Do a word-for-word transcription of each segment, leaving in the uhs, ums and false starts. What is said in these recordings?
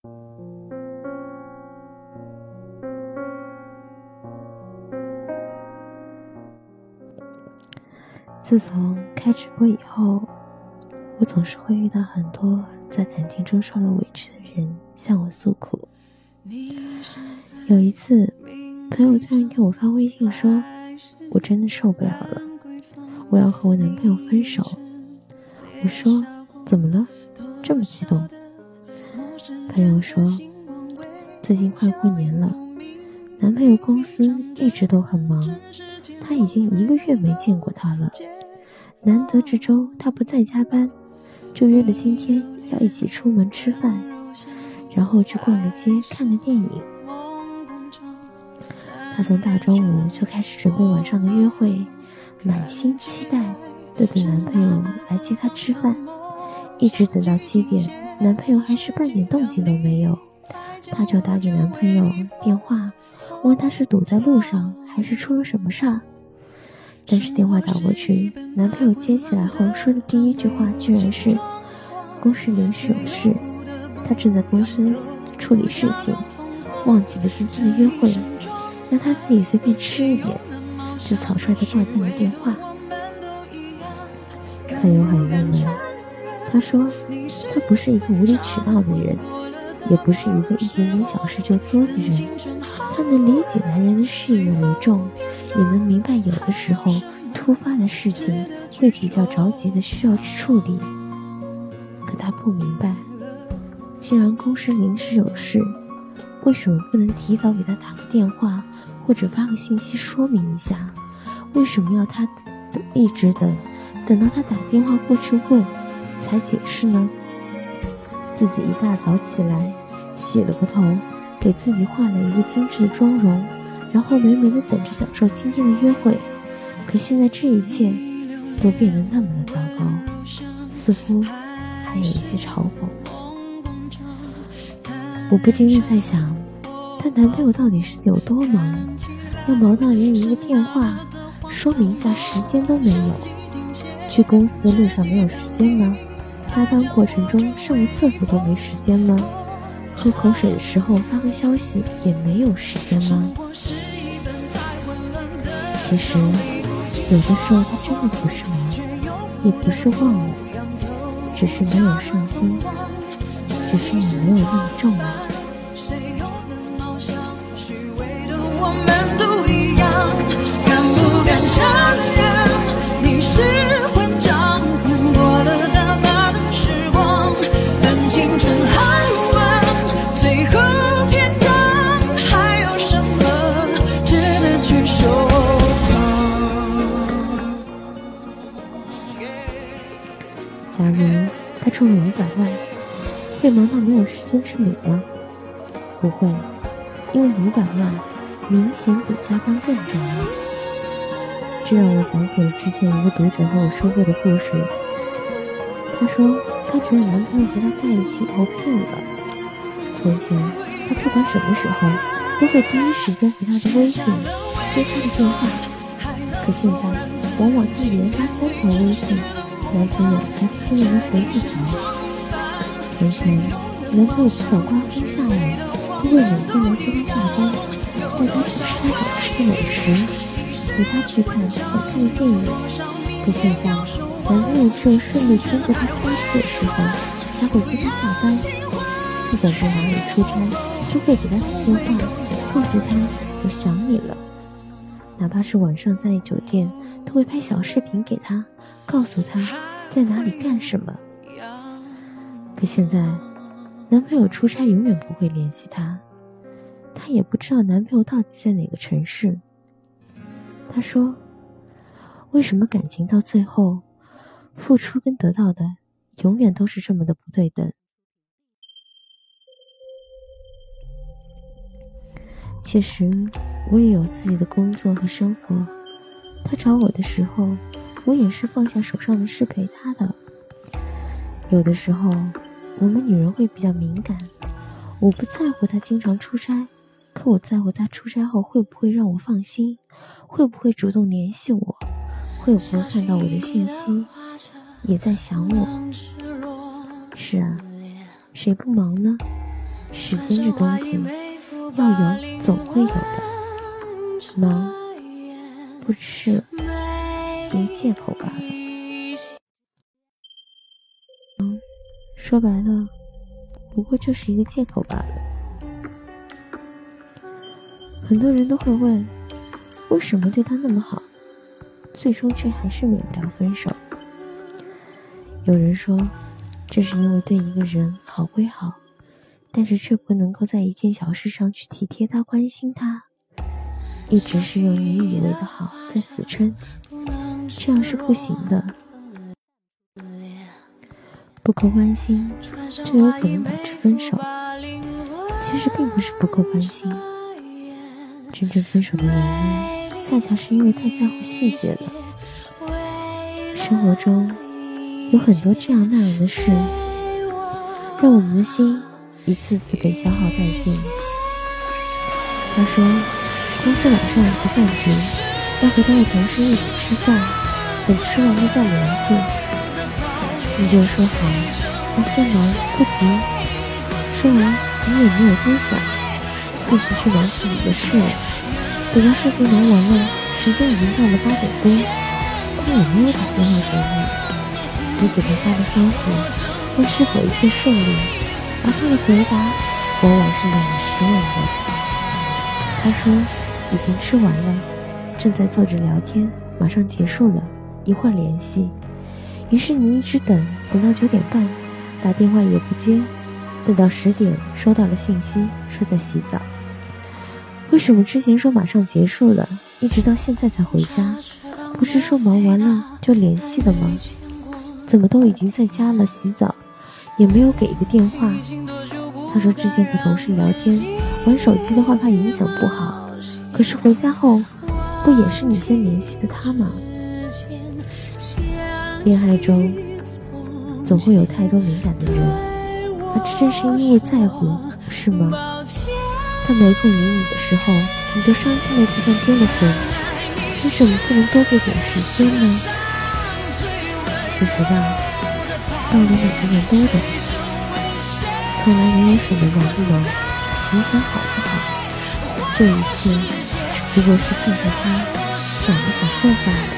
自从开直播以后，我总是会遇到很多在感情中受了委屈的人向我诉苦。有一次，朋友突然给我发微信说，我真的受不了了，我要和我男朋友分手。我说，怎么了？这么激动？朋友说，最近快过年了，男朋友公司一直都很忙，他已经一个月没见过他了。难得这周他不在加班，就约了今天要一起出门吃饭，然后去逛个街看个电影。他从大中午就开始准备晚上的约会，满心期待的等男朋友来接他吃饭，一直等到七点，男朋友还是半点动静都没有。他就打给男朋友电话，问他是堵在路上还是出了什么事儿。但是电话打过去，男朋友接起来后说的第一句话居然是，公司临时有事，他正在公司处理事情，忘记了今天的约会，让他自己随便吃一点，就草率地挂断了电话。朋友很郁闷，他说他不是一个无理取闹的人，也不是一个一点点小事就作的人，他能理解男人的事业为重，也能明白有的时候突发的事情会比较着急的需要去处理。可他不明白，既然公司临时有事，为什么不能提早给他打个电话，或者发个信息说明一下？为什么要他一直等，等到他打电话过去问才解释呢？自己一大早起来洗了个头，给自己化了一个精致的妆容，然后美美的等着享受今天的约会。可现在这一切都变得那么的糟糕，似乎还有一些嘲讽。我不禁地在想，她男朋友到底是有多忙，要忙到连一个电话说明一下时间都没有？去公司的路上没有时间吗？加班过程中上个厕所都没时间吗？喝口水的时候发个消息也没有时间吗？其实有的时候他真的不是忙，也不是忘了，只是没有上心，只是你没有那么重要。 我们都一样，敢不敢承认你是混账混过了大把的时光，等青春还晚，最后片段还有什么值得去收藏？ 假如他中了五百万，会忙到没有时间去领吗？不会，因为五百万明显比加班更重要。这让我想起了之前一个读者和我说过的故事。她说她觉得男朋友和她在一起后骗了。从前她不管什么时候都会第一时间回她的微信，接她的电话，可现在往往她连发三条微信，男朋友才敷衍地回一条。从前男朋友不管刮风下雨都会每天来接她下班，带她去吃她想吃的美食，陪她去看想看的电影。可现在男朋友只有顺路经过她公司的时候才会接她下班，不管在哪里出差都会给她打电话告诉她我想你了，哪怕是晚上在酒店都会拍小视频给她，告诉她在哪里干什么。可现在男朋友出差永远不会联系她，她也不知道男朋友到底在哪个城市。她说，为什么感情到最后付出跟得到的永远都是这么的不对等？其实我也有自己的工作和生活，他找我的时候我也是放下手上的事陪他的。有的时候我们女人会比较敏感，我不在乎他经常出差，可我在乎他出差后会不会让我放心，会不会主动联系我，会不会看到我的信息也在想我。是啊，谁不忙呢？ 时间这东西要有总会有的，忙不只是一个借口罢了。忙说白了不过就是一个借口罢了。很多人都会问，为什么对他那么好，最终却还是免不了分手？有人说，这是因为对一个人好归好，但是却不能够在一件小事上去体贴他、关心他，一直是用你以为的好在死撑，这样是不行的。不够关心就有可能导致分手，其实并不是不够关心，真正分手的原因恰恰是因为太在乎细节了。生活中有很多这样那样的事，让我们的心一次次被消耗殆尽。他说公司晚上有个饭局，要和他的同事一起吃饭，等吃完了再联系。你就说好，那先忙不急。说完你也没有多想，继续去忙自己的事了。等到事情忙完了，时间已经到了八点多，他也没有打电话给你。你给他发的消息问是否一切顺利，而他的回答往往是让你失望的。他说已经吃完了，正在坐着聊天，马上结束了，一会儿联系。于是你一直等，等到九点半，打电话也不接，等到十点收到了信息，说在洗澡。为什么之前说马上结束了，一直到现在才回家？不是说忙完了就联系了吗？怎么都已经在家了，洗澡也没有给一个电话。他说之前和同事聊天玩手机的话怕影响不好，可是回家后不也是你先联系的他吗？恋爱中总会有太多敏感的人，而这正是因为在乎，不是吗？他没空理你的时候，你都伤心的就像丢了魂，为什么不能多给点时间呢？其实吧，道理每个人都懂，从来没有什么忙不忙，你想好不好，这一切不过是看看他想不想做罢了。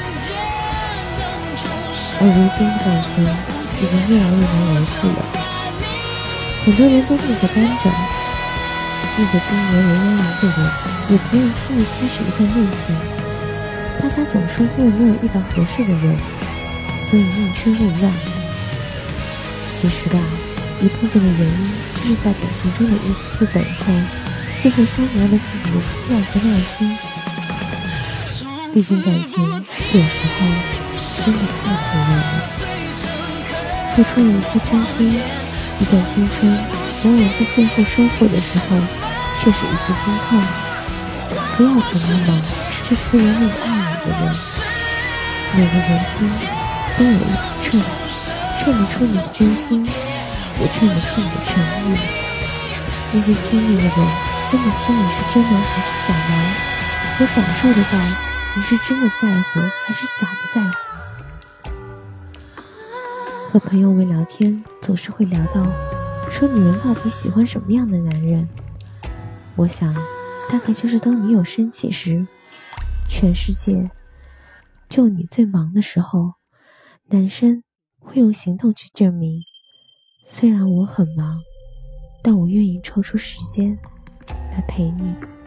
而如今的感情已经越来越难维护了，很多人都宁可单着，宁可今年仍然一个人，也不愿轻易开始一段恋情。大家总说因为没有遇到合适的人，所以宁缺毋滥。其实吧，一部分的原因就是在感情中的一次次等候，最后消磨了自己的期望和耐心。毕竟感情有时候真的太脆弱了，付出了一颗真心，一段青春往往在最后收获的时候却是一次心痛。不要总那么去敷衍那个爱你的人，每个人心都有一把秤，称得出你的真心，也称得出你的诚意。那些亲密的人分得清你是真的还是假的，也感受得到你是真的在乎还是假的在乎。和朋友们聊天总是会聊到说女人到底喜欢什么样的男人，我想大概就是当女友生气时，全世界就你最忙的时候，男生会用行动去证明，虽然我很忙，但我愿意抽出时间来陪你。